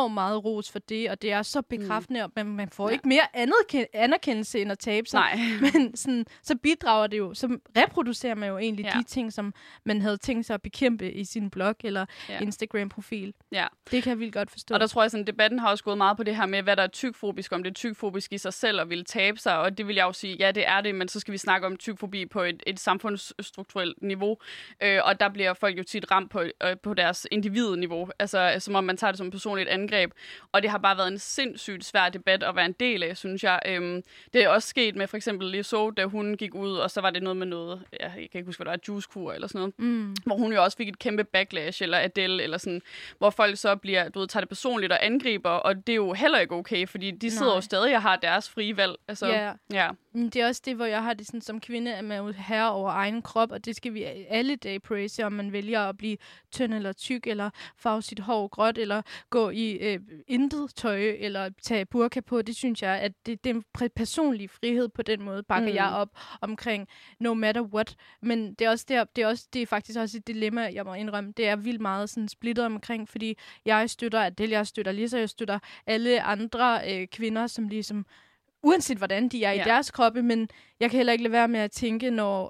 enormt meget ros for det, og det er så bekræftende, og man får ikke mere anerkendelse end at tabe sig. Nej. Men sådan, så bidrager det jo, så reproducerer man jo egentlig de ting, som man havde tænkt sig at bekæmpe i sin blog eller Instagram-profil. Ja. Det kan jeg vildt godt forstå. Og der tror jeg, sådan, debatten har også gået meget på det her med, hvad der er tykfobisk, om det er tykfobisk i sig selv og vil tabe sig, og det vil jeg jo sige, ja, det er det, men så skal vi snakke om tykfobi på et samfundsstrukturelt niveau, og der bliver folk jo tit ramt på deres individniveau, altså som om man tager det som et personligt angreb, og det har bare været en sindssygt svær debat at være en del af, synes jeg. Det er også sket med for eksempel Lizzo, da hun gik ud, og så var det noget med noget, jeg kan ikke huske, hvad der er, juicekur eller sådan noget, hvor hun jo også fik et kæmpe backlash, eller Adele, eller sådan, hvor folk så bliver, tager det personligt og angriber, og det er jo heller ikke okay, fordi de sidder jo stadig og har deres frie valg. Altså, ja. Det er også det, hvor jeg har det sådan, som kvinde, at man er jo herre over egen krop, og det skal vi alle dage praise, om man vælger at blive tynd eller tyk, eller farve sit hår gråt, eller gå i intet tøj, eller tage burka på. Det synes jeg, at det er en personlig frihed på den måde, bakker jeg op omkring no matter what. Men det er også det er faktisk også et dilemma, jeg må indrømme. Det er vildt meget sådan splittet omkring, fordi jeg støtter Adele, jeg støtter Lisa, jeg støtter alle andre kvinder, som ligesom uanset hvordan de er i deres kroppe, men jeg kan heller ikke lade være med at tænke, når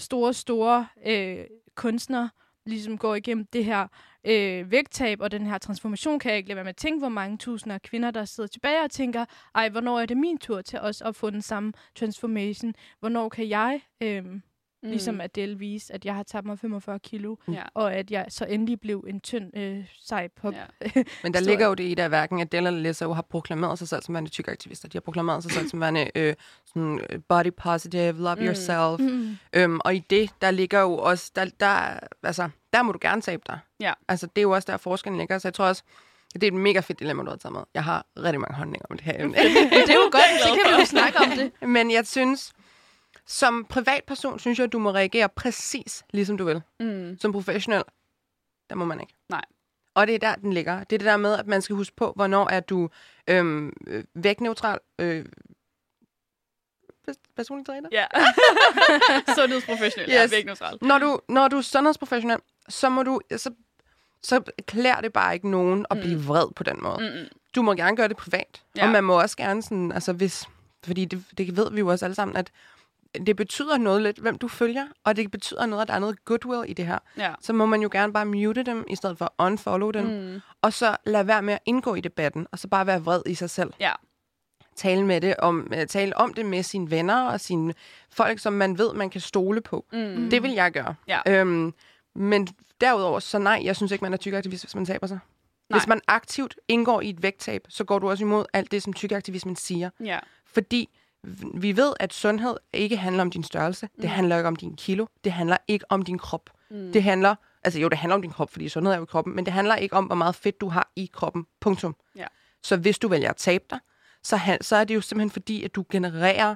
store kunstnere ligesom går igennem det her vægttab og den her transformation, kan jeg ikke lade være med at tænke, hvor mange tusinder af kvinder, der sidder tilbage og tænker, ej, hvornår er det min tur til os at få den samme transformation? Hvornår kan jeg ligesom Adele vise, at jeg har tabt mig 45 kilo, og at jeg så endelig blev en tynd, sej pop. Ja. Men der ligger jo det i der, hverken Adele eller Lizzo har proklameret sig selv som værende tykaktivister. De har proklameret sig selv som værende sådan body positive, love yourself. Og i det, der ligger jo også, der må du gerne tabe dig. Ja. Altså, det er jo også der forskellen ligger. Så jeg tror også, det er et mega fedt dilemma, du har taget med. Jeg har rigtig mange holdninger om det her emne. Det er jo godt, så kan vi jo snakke om det. Men jeg synes, som privatperson, synes jeg, at du må reagere præcis ligesom du vil. Som professionel, der må man ikke. Nej. Og det er der, den ligger. Det er det der med, at man skal huske på, hvornår er du vægtneutral. Personlig træner? Ja. Sundhedsprofessionel. Yes. Ja, vægtneutral. Når du er sundhedsprofessionel, så må du... Så klæder det bare ikke nogen at blive vred på den måde. Du må gerne gøre det privat. Ja. Og man må også gerne sådan... Altså fordi det ved vi jo også alle sammen, at det betyder noget lidt, hvem du følger, og det betyder noget, at der er noget goodwill i det her. Ja. Så må man jo gerne bare mute dem, i stedet for at unfollow dem, og så lade være med at indgå i debatten, og så bare være vred i sig selv. Ja. Tale om det med sine venner og sine folk, som man ved, man kan stole på. Det vil jeg gøre. Ja. Men derudover, så nej, jeg synes ikke, man er tykaktivist, hvis man taber sig. Nej. Hvis man aktivt indgår i et vægttab, så går du også imod alt det, som tykaktivismen siger. Ja. Fordi vi ved, at sundhed ikke handler om din størrelse. Det handler ikke om din kilo. Det handler ikke om din krop. Det handler om din krop, fordi sundhed er jo i kroppen, men det handler ikke om, hvor meget fedt du har i kroppen. Punktum. Ja. Så hvis du vælger at tabe dig, så er det jo simpelthen fordi, at du genererer,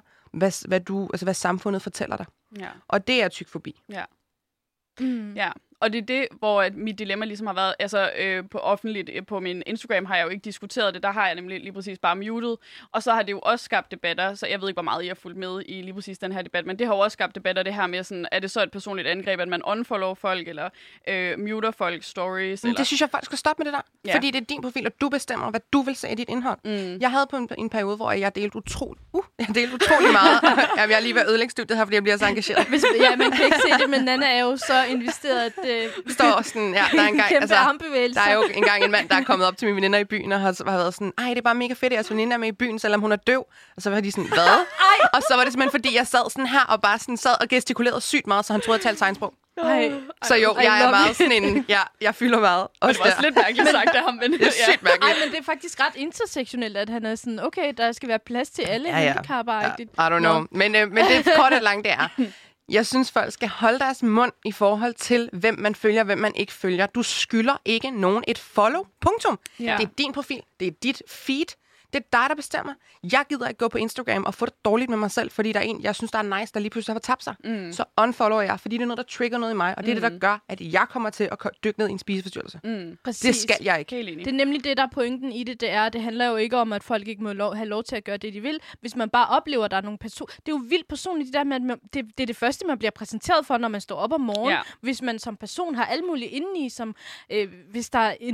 hvad samfundet fortæller dig. Ja. Og det er tykfobi. Ja. Ja. Og det er det, hvor mit dilemma ligesom har været, altså på offentligt, på min Instagram har jeg jo ikke diskuteret det, der har jeg nemlig lige præcis bare muted, og så har det jo også skabt debatter, så jeg ved ikke, hvor meget I har fulgt med i lige præcis den her debat, men det har jo også skabt debatter, det her med sådan, er det så et personligt angreb, at man unfollow folk, eller muter folk stories? Eller? Det synes jeg folk skal stoppe med det der, fordi det er din profil, og du bestemmer, hvad du vil se i dit indhold. Jeg havde på en periode, hvor jeg delte utrolig meget. Jeg er lige ved at ødelægge studiet her, fordi jeg bliver så engageret. Man kan ikke se det, men Nana er jo så investeret, at står sådan, der er en gang, kæmpe armbevægelser. Der er jo engang en mand, der er kommet op til mine veninder i byen, og har været sådan, ej, det er bare mega fedt, at jeres veninde er med i byen, selvom hun er døv. Og så var de sådan, hvad? Og så var det simpelthen, fordi jeg sad sådan her, og bare sådan sad og gestikulerede sygt meget, så han troede, at jeg talte tegnsprog. Så jo, jeg er meget sådan en, jeg fylder meget. Det var også lidt mærkeligt sagt af ham, men det er sygt mærkeligt. Men det er faktisk ret intersektionelt, at han er sådan, okay, der skal være plads til alle handicapper-agtigt. I don't know. Men det kort og langt, det er. Jeg synes, folk skal holde deres mund i forhold til, hvem man følger, hvem man ikke følger. Du skylder ikke nogen et follow. Punktum. Ja. Det er din profil. Det er dit feed. Det er dig, der bestemmer. Jeg gider ikke gå på Instagram og få det dårligt med mig selv, fordi der er en, jeg synes, der er nice, der lige pludselig har tabt sig. Så unfollower jeg, fordi det er noget, der trigger noget i mig, og det er det, der gør, at jeg kommer til at dykke ned i en spiseforstyrrelse. Det skal jeg ikke. Det er nemlig det, der er pointen i det, det handler jo ikke om, at folk ikke må have lov til at gøre det, de vil. Hvis man bare oplever, at der er nogle personer... Det er jo vildt personligt, det der med, det er det første, man bliver præsenteret for, når man står op om morgenen. Ja. Hvis man som person har alt muligt indeni, som hvis der er en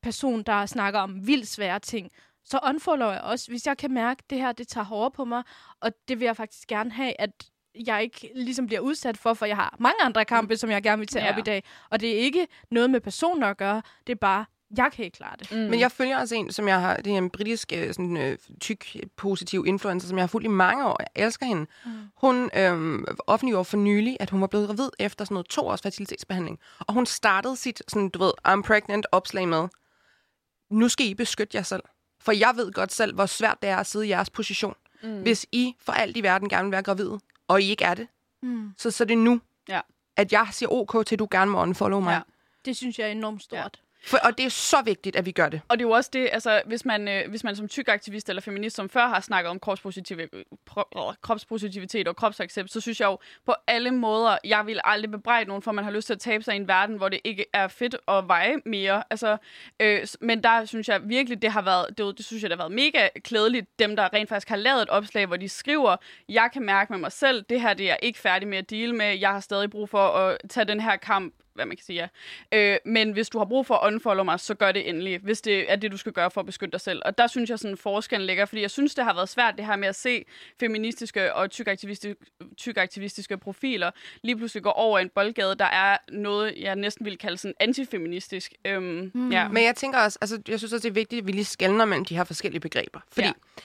person, der snakker om vildt svære ting, så unfollower jeg også, hvis jeg kan mærke, at det her, det tager hårdere på mig, og det vil jeg faktisk gerne have, at jeg ikke ligesom bliver udsat for jeg har mange andre kampe, som jeg gerne vil tage op i dag. Og det er ikke noget med personer at gøre, det er bare, jeg kan ikke klare det. Men jeg følger også en, som jeg har, det er en britisk tyk positiv influencer, som jeg har fulgt i mange år. Jeg elsker hende. Hun offentliggjorde for nylig, at hun var blevet gravid efter sådan noget 2 års fertilitetsbehandling. Og hun startede sit, sådan, du ved, I'm pregnant opslag med, nu skal I beskytte jer selv. For jeg ved godt selv, hvor svært det er at sidde i jeres position. Hvis I for alt i verden gerne vil være gravide, og I ikke er det, så det er nu, at jeg siger OK til, at du gerne må unfollow mig. Ja. Det synes jeg er enormt stort. Og det er så vigtigt, at vi gør det. Og det er jo også det, altså hvis man som tyk aktivist eller feminist, som før har snakket om kropspositivitet og kropsaccept, så synes jeg jo på alle måder, jeg vil aldrig bebrejde nogen, for man har lyst til at tabe sig i en verden, hvor det ikke er fedt at veje mere. Altså, men der synes jeg virkelig, det har været, det synes jeg, det har været mega klædeligt, dem der rent faktisk har lavet et opslag, hvor de skriver, jeg kan mærke med mig selv, det her det er jeg ikke færdig med at deale med, jeg har stadig brug for at tage den her kamp, hvad man kan sige, men hvis du har brug for at unfollow mig, så gør det endelig, hvis det er det, du skal gøre for at beskytte dig selv. Og der synes jeg, sådan forskellen ligger, fordi jeg synes, det har været svært, det her med at se feministiske og tykaktivistiske profiler lige pludselig gå over en boldgade, der er noget, jeg næsten vil kalde sådan antifeministisk. Ja. Men jeg tænker også, altså, jeg synes også, det er vigtigt, at vi lige skelner mellem de her forskellige begreber. Fordi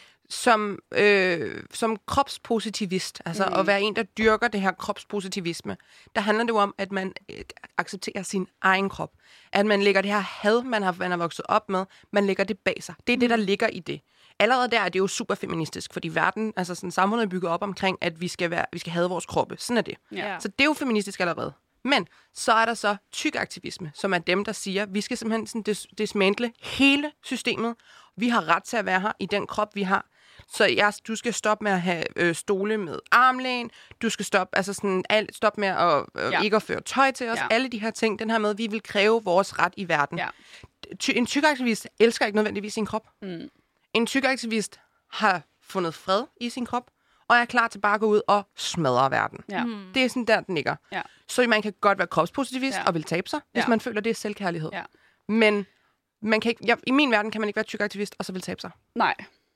som kropspositivist, altså at være en, der dyrker det her kropspositivisme, der handler det jo om, at man accepterer sin egen krop. At man lægger det her had, man har vokset op med, man lægger det bag sig. Det er det, der ligger i det. Allerede der er det jo super feministisk, fordi verden, altså sådan samfundet er bygget op omkring, at vi skal have vores kroppe. Sådan er det. Ja. Så det er jo feministisk allerede. Men så er der så tykaktivisme, som er dem, der siger, at vi skal simpelthen sådan dismantle hele systemet. Vi har ret til at være her i den krop, vi har. Så du skal stoppe med at have stole med armlæn. Du skal stoppe, altså sådan, stoppe med at ikke at føre tøj til os. Ja. Alle de her ting, den her med, vi vil kræve vores ret i verden. Ja. En tykaktivist elsker ikke nødvendigvis sin krop. En tykaktivist har fundet fred i sin krop, og er klar til bare at gå ud og smadre verden. Ja. Det er sådan der, den ligger. Ja. Så man kan godt være kropspositivist og vil tabe sig, hvis man føler, det er selvkærlighed. Ja. Men man kan ikke, i min verden kan man ikke være tykaktivist, og så vil tabe sig. Nej.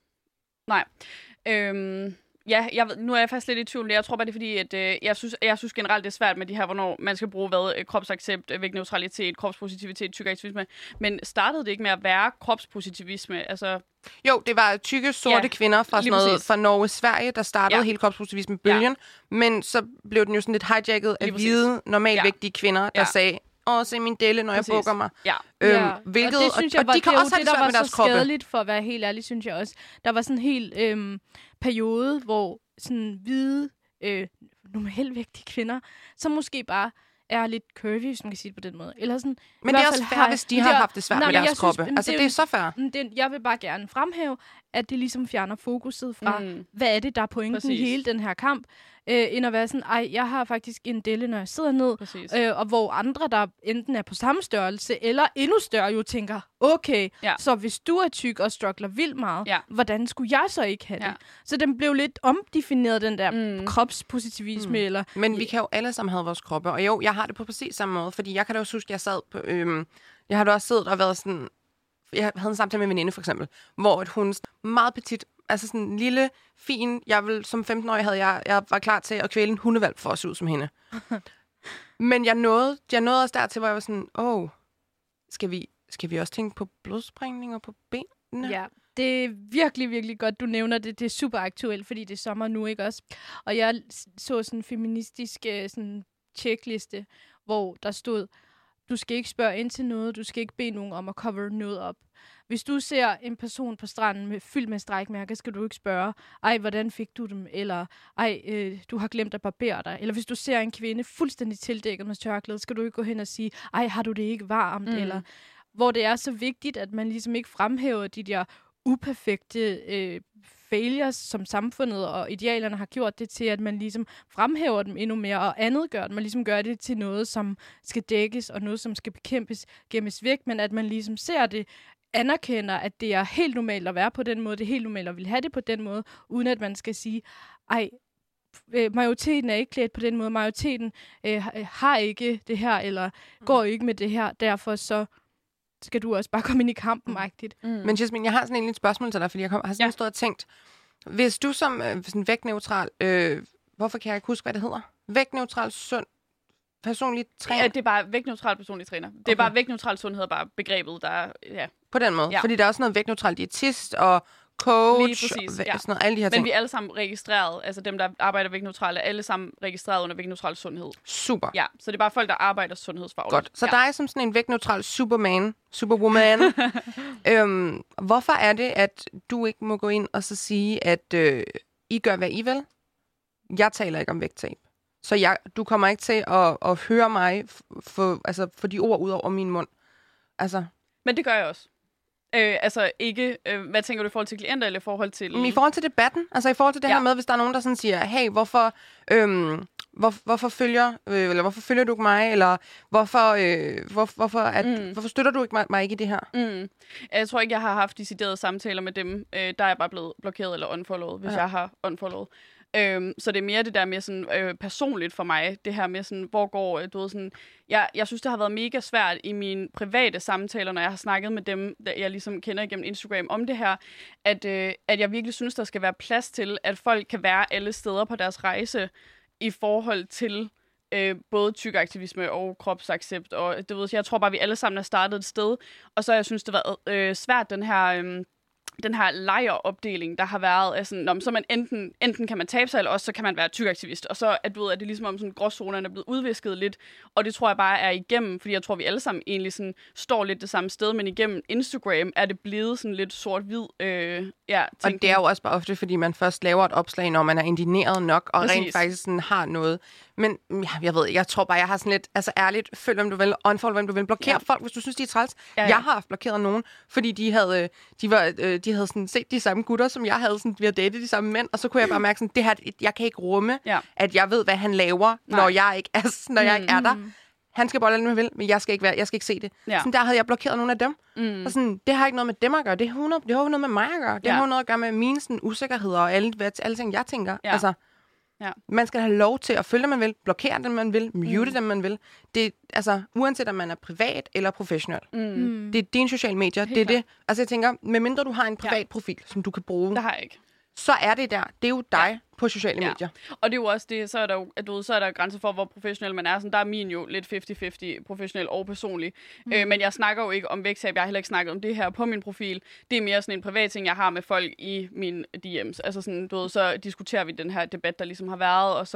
Nu er jeg faktisk lidt i tvivl. Jeg tror bare, det er fordi, at jeg synes generelt, det er svært med de her, hvornår man skal bruge kropsaccept, vægtneutralitet, kropspositivitet, tykaktivisme. Men startede det ikke med at være kropspositivisme? Altså... Jo, det var tykke, sorte kvinder fra Norge og Sverige, der startede hele kropspositivisme-bølgen. Ja. Men så blev den jo sådan lidt hijacket af hvide, normalvægtige kvinder, der sagde, se min delle, når jeg bukker mig. Ja. Hvilket, og det synes jeg, de kan også have det svært med deres kroppe. Det var så skadeligt, for at være helt ærlig, synes jeg også. Der var sådan en hel periode, hvor sådan hvide, normalvægtige kvinder, som måske bare er lidt curvy, hvis man kan sige det på den måde. Eller sådan, men det er også fair, hvis de har haft det svært med deres kroppe. Altså, det er så fair. Jeg vil bare gerne fremhæve, at det ligesom fjerner fokuset fra, hvad er det, der er pointen i hele den her kamp, end at være sådan, jeg har faktisk en delle, når jeg sidder ned, og hvor andre, der enten er på samme størrelse, eller endnu større, jo tænker, okay, så hvis du er tyk og struggler vildt meget, hvordan skulle jeg så ikke have det? Så den blev lidt omdefineret, den der kropspositivisme. Eller, men vi kan jo alle sammen have vores kroppe, og jo, jeg har det på præcis samme måde, fordi jeg kan da også huske, jeg sad på, jeg har da også siddet og været sådan, jeg havde en samtale med en veninde for eksempel, hvor hun meget petit, altså sådan en lille, fin, som 15-årig jeg var klar til at kvæle en hundevalp for at se ud som hende. Men jeg nåede også dertil, hvor jeg var sådan, skal vi også tænke på blodsprængninger på benene? Ja, det er virkelig, virkelig godt, du nævner det. Det er super aktuelt, fordi det er sommer nu, ikke også? Og jeg så sådan en feministisk sådan checkliste, hvor der stod, du skal ikke spørge ind til noget, du skal ikke bede nogen om at cover noget op. Hvis du ser en person på stranden fyldt med strækmærker, skal du ikke spørge, hvordan fik du dem? Eller, du har glemt at barbere dig. Eller hvis du ser en kvinde fuldstændig tildækket med tørklæde, skal du ikke gå hen og sige, har du det ikke varmt? Eller, hvor det er så vigtigt, at man ligesom ikke fremhæver de der uperfekte failures, som samfundet og idealerne har gjort det til, at man ligesom fremhæver dem endnu mere, og andet gør, at man ligesom gør det til noget, som skal dækkes, og noget, som skal bekæmpes, gemmes væk, men at man ligesom ser det, anerkender, at det er helt normalt at være på den måde, det er helt normalt at ville have det på den måde, uden at man skal sige, majoriteten er ikke klædt på den måde, majoriteten har ikke det her, eller går ikke med det her, derfor så skal du også bare komme ind i kampen-agtigt. Men Jasmin, jeg har sådan et spørgsmål til dig, fordi jeg har sådan stået og tænkt, hvis du som sådan vægtneutral, hvorfor kan jeg ikke huske, hvad det hedder? Vægtneutral, sund, personlig træner? Ja, det er bare vægtneutral personlig træner. Det er bare vægtneutral sundhed, bare begrebet, der ja. På den måde? Ja. Fordi der er også noget vægtneutral diætist og coach, lige præcis, og sådan noget, alle de her ting. Men vi er alle sammen registreret, altså dem, der arbejder vægtneutralt, er alle sammen registreret under vægtneutral sundhed. Super. Ja, så det er bare folk, der arbejder sundhedsfagligt. Godt. Så dig som sådan en vægtneutral superwoman, hvorfor er det, at du ikke må gå ind og så sige, at I gør, hvad I vil? Jeg taler ikke om vægttab. Så du kommer ikke til at høre mig få de ord ud over min mund. Altså. Men det gør jeg også. Altså ikke, hvad tænker du i forhold til klienter, eller i forhold til... I forhold til debatten, altså i forhold til det her med, hvis der er nogen, der sådan siger, hey, hvorfor følger du ikke mig, eller hvorfor støtter du ikke mig ikke i det her? Jeg tror ikke, jeg har haft deciderede samtaler med dem, der er bare blevet blokeret eller unfollowet, hvis jeg har unfollowet. Så det er mere det der med sådan personligt for mig, det her med sådan, hvor går, du ved sådan, jeg synes, det har været mega svært i mine private samtaler, når jeg har snakket med dem, der jeg ligesom kender igennem Instagram om det her, at jeg virkelig synes, der skal være plads til, at folk kan være alle steder på deres rejse i forhold til både tykaktivisme og kropsaccept, og det ved jeg tror bare, vi alle sammen er startet et sted, og så jeg synes, det har været svært, den her lejeropdeling, der har været, altså, så man enten kan man tabe sig, eller også så kan man være tykaktivist. Og så at det er ligesom om sådan gråzonerne er blevet udvisket lidt, og det tror jeg bare er igennem, fordi jeg tror, vi alle sammen egentlig sådan står lidt det samme sted, men igennem Instagram er det blevet sådan lidt sort-hvid. Og det er jo også bare ofte, fordi man først laver et opslag, når man er indigneret nok, og rent faktisk sådan har noget. Men jeg tror bare, jeg har sådan lidt, altså ærligt, følg hvem du vil, unfollow hvem du vil, blokere folk, hvis du synes, de er træls. Ja. Jeg har haft blokeret nogen, fordi de havde sådan set de samme gutter, som jeg havde, sådan, vi havde datet de samme mænd, og så kunne jeg bare mærke sådan, det her, jeg kan ikke rumme, at jeg ved, hvad han laver, når jeg ikke er der. Han skal bolle alt, hvad han vil, men jeg skal ikke se det. Ja. Sådan der havde jeg blokeret nogle af dem. Og sådan, det har ikke noget med dem at gøre, det har noget med mig at gøre. Det har noget at gøre med mine sådan, usikkerheder og alle ting, jeg tænker. Ja. Altså, man skal have lov til at følge dem, man vil, blokere dem, man vil, mute dem, man vil. Det altså, uanset om man er privat eller professionel. Det er dine sociale medier, det er det. Altså jeg tænker, medmindre du har en privat profil, som du kan bruge. Det har jeg ikke. Så er det der. Det er jo dig på sociale medier. Og det er jo også det, så er der grænser for, hvor professionel man er. Sådan, der er min jo lidt 50-50 professionel og personlig. Men jeg snakker jo ikke om vægttab. Jeg har heller ikke snakket om det her på min profil. Det er mere sådan en privat ting, jeg har med folk i mine DM's. Altså sådan, så diskuterer vi den her debat, der ligesom har været, og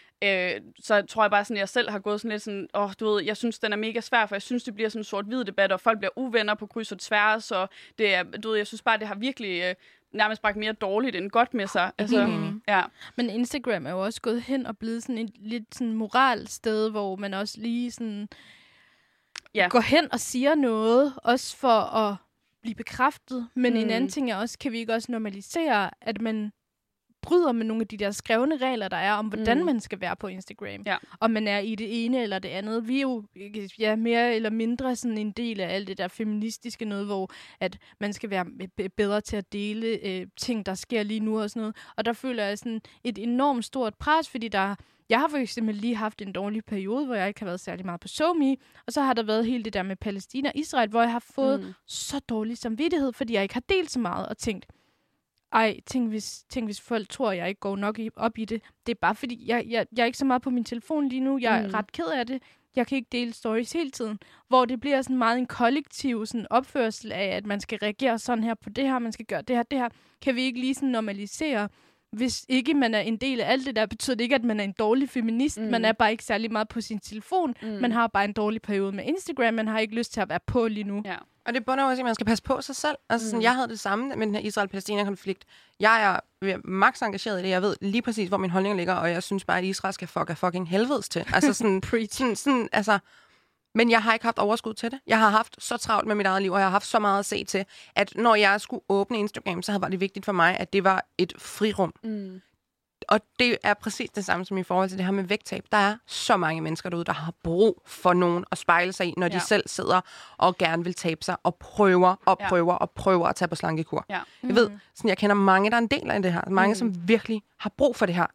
så tror jeg bare sådan, jeg selv har gået sådan lidt sådan, jeg synes, den er mega svær, for jeg synes, det bliver sådan en sort-hvid debat, og folk bliver uvenner på kryds og tværs, og det er, jeg synes bare, det har virkelig nærmest bragt mere dårligt end godt med sig. Altså, Men Instagram er jo også gået hen og blevet sådan et lidt sådan moralsted, hvor man også lige sådan går hen og siger noget, også for at blive bekræftet. Men en anden ting er også, kan vi ikke også normalisere, at man bryder med nogle af de der skrevne regler, der er om, hvordan man skal være på Instagram. Ja. Om man er i det ene eller det andet. Vi er jo mere eller mindre sådan en del af alt det der feministiske noget, hvor at man skal være bedre til at dele ting, der sker lige nu og sådan noget. Og der føler jeg sådan et enormt stort pres, fordi jeg har for eksempel lige haft en dårlig periode, hvor jeg ikke har været særlig meget på SoMe, og så har der været hele det der med Palæstina og Israel, hvor jeg har fået så dårlig samvittighed, fordi jeg ikke har delt så meget og tænkt, tænk hvis folk tror, jeg ikke går nok op i det. Det er bare fordi, jeg er ikke så meget på min telefon lige nu. Jeg er ret ked af det. Jeg kan ikke dele stories hele tiden. Hvor det bliver sådan meget en kollektiv sådan opførsel af, at man skal reagere sådan her på det her, man skal gøre det her. Kan vi ikke lige sådan normalisere? Hvis ikke man er en del af alt det der, betyder det ikke, at man er en dårlig feminist. Man er bare ikke særlig meget på sin telefon. Man har bare en dårlig periode med Instagram. Man har ikke lyst til at være på lige nu. Ja. Og det bunder også, at man skal passe på sig selv. Altså, sådan, jeg havde det samme med den her Israel-Palæstina-konflikt. Jeg er max engageret i det. Jeg ved lige præcis, hvor min holdning ligger, og jeg synes bare, at Israel skal fucking helvedes til. Altså sådan, altså, men jeg har ikke haft overskud til det. Jeg har haft så travlt med mit eget liv, og jeg har haft så meget at se til, at når jeg skulle åbne Instagram, så var det vigtigt for mig, at det var et frirum. Og det er præcis det samme som i forhold til det her med vægttab. Der er så mange mennesker derude, der har brug for nogen at spejle sig i, når de selv sidder og gerne vil tabe sig og prøver at tage på slankekur. Ja. Jeg ved, sådan, jeg kender mange, der er en del af det her. Mange, som virkelig har brug for det her. Ja.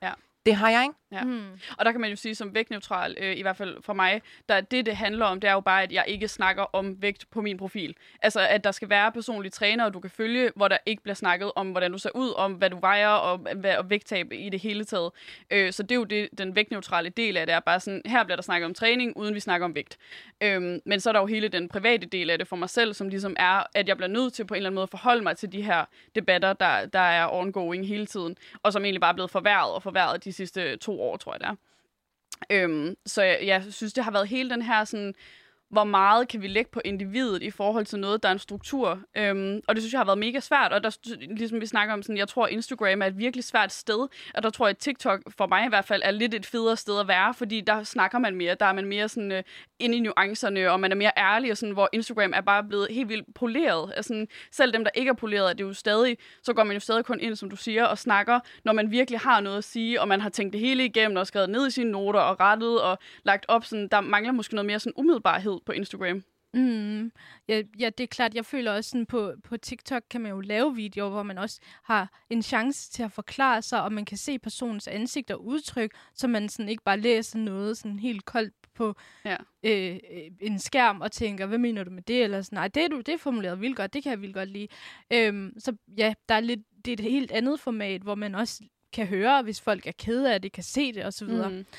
Det har jeg ikke. Ja. Og der kan man jo sige, som vægtneutral, i hvert fald for mig, det handler om, det er jo bare, at jeg ikke snakker om vægt på min profil. Altså, at der skal være personlige trænere, du kan følge, hvor der ikke bliver snakket om, hvordan du ser ud, om hvad du vejer, og vægttab i det hele taget. Så det er jo den vægtneutrale del af det, er bare sådan, her bliver der snakket om træning, uden vi snakker om vægt. Men så er der jo hele den private del af det for mig selv, som ligesom er, at jeg bliver nødt til på en eller anden måde at forholde mig til de her debatter, der er ongoing hele tiden, og som egentlig bare er blevet forværret de sidste 2 år, tror jeg det er. Så jeg synes, det har været hele den her sådan, hvor meget kan vi lægge på individet i forhold til noget, der er en struktur. Og det synes jeg har været mega svært, og der, ligesom vi snakker om, sådan, jeg tror, Instagram er et virkelig svært sted, og der tror jeg, at TikTok for mig i hvert fald er lidt et federe sted at være, fordi der snakker man mere, der er man mere sådan, inde i nuancerne, og man er mere ærlig, og sådan, hvor Instagram er bare blevet helt vildt poleret. Altså, selv dem, der ikke er poleret, det er jo stadig, så går man jo stadig kun ind, som du siger, og snakker, når man virkelig har noget at sige, og man har tænkt det hele igennem, og skrevet ned i sine noter, og rettet, og lagt op. Sådan, der mangler måske noget mere sådan umiddelbarhed på Instagram. Ja, det er klart. Jeg føler også sådan på TikTok kan man jo lave videoer, hvor man også har en chance til at forklare sig, og man kan se personens ansigt og udtryk, så man sådan ikke bare læser noget sådan helt koldt på en skærm og tænker, hvad mener du med det? Eller sådan, nej, det er formuleret vildt godt, det kan jeg vildt godt lide. Så ja, det er et helt andet format, hvor man også kan høre, hvis folk er kede af det, kan se det osv.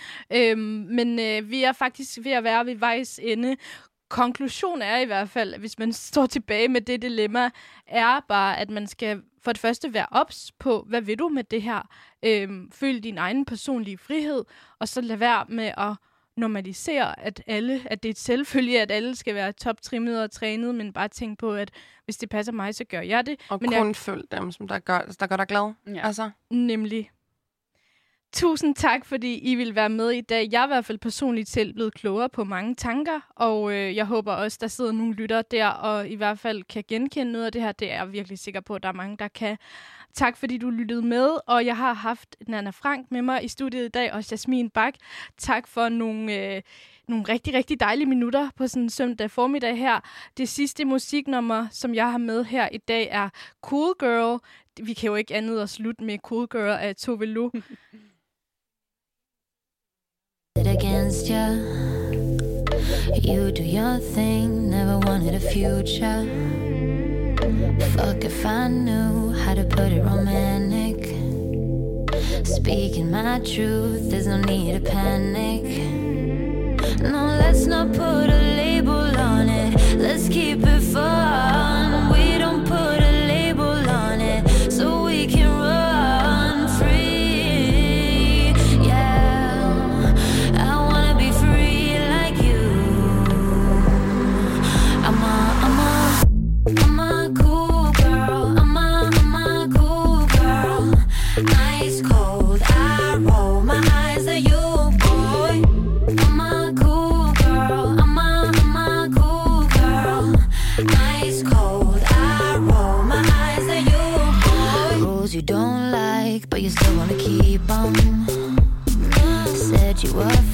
Men vi er faktisk ved at være ved vejs ende. Konklusion er i hvert fald, hvis man står tilbage med det dilemma, er bare, at man skal for det første være ops på, hvad vil du med det her? Føl din egen personlige frihed, og så lad være med at normalisere, at det er et selvfølge, at alle skal være toptrimmede og trænet, men bare tænk på, at hvis det passer mig, så gør jeg det. Og kun følg dem, som der gør dig glad. Ja. Altså. Nemlig. Tusind tak, fordi I vil være med i dag. Jeg er i hvert fald personligt selv blevet klogere på mange tanker, og jeg håber også, der sidder nogle lyttere der, og i hvert fald kan genkende noget af det her. Det er jeg virkelig sikker på, at der er mange, der kan. Tak, fordi du lyttede med, og jeg har haft Nanna Frank med mig i studiet i dag, og Jasmin Bak. Tak for nogle rigtig, rigtig dejlige minutter på sådan en søndag formiddag her. Det sidste musiknummer, som jeg har med her i dag, er Cool Girl. Vi kan jo ikke andet at slutte med Cool Girl af Tove Lo. Against you, you do your thing, never wanted a future. Fuck if I knew how to put it romantic. Speaking my truth, there's no need to panic. No, let's not put a label on it. Let's keep it fun. We don't put a label on it, so we can run free. Yeah, I wanna be free like you. I'm a cool girl. I'm a cool girl. Ice cold, I roll my eyes at you, boy. I'm a cool girl. I'm a cool girl. Ice cold, I roll my eyes at you, boy. Rules you don't like, but you still wanna keep 'em. Said you were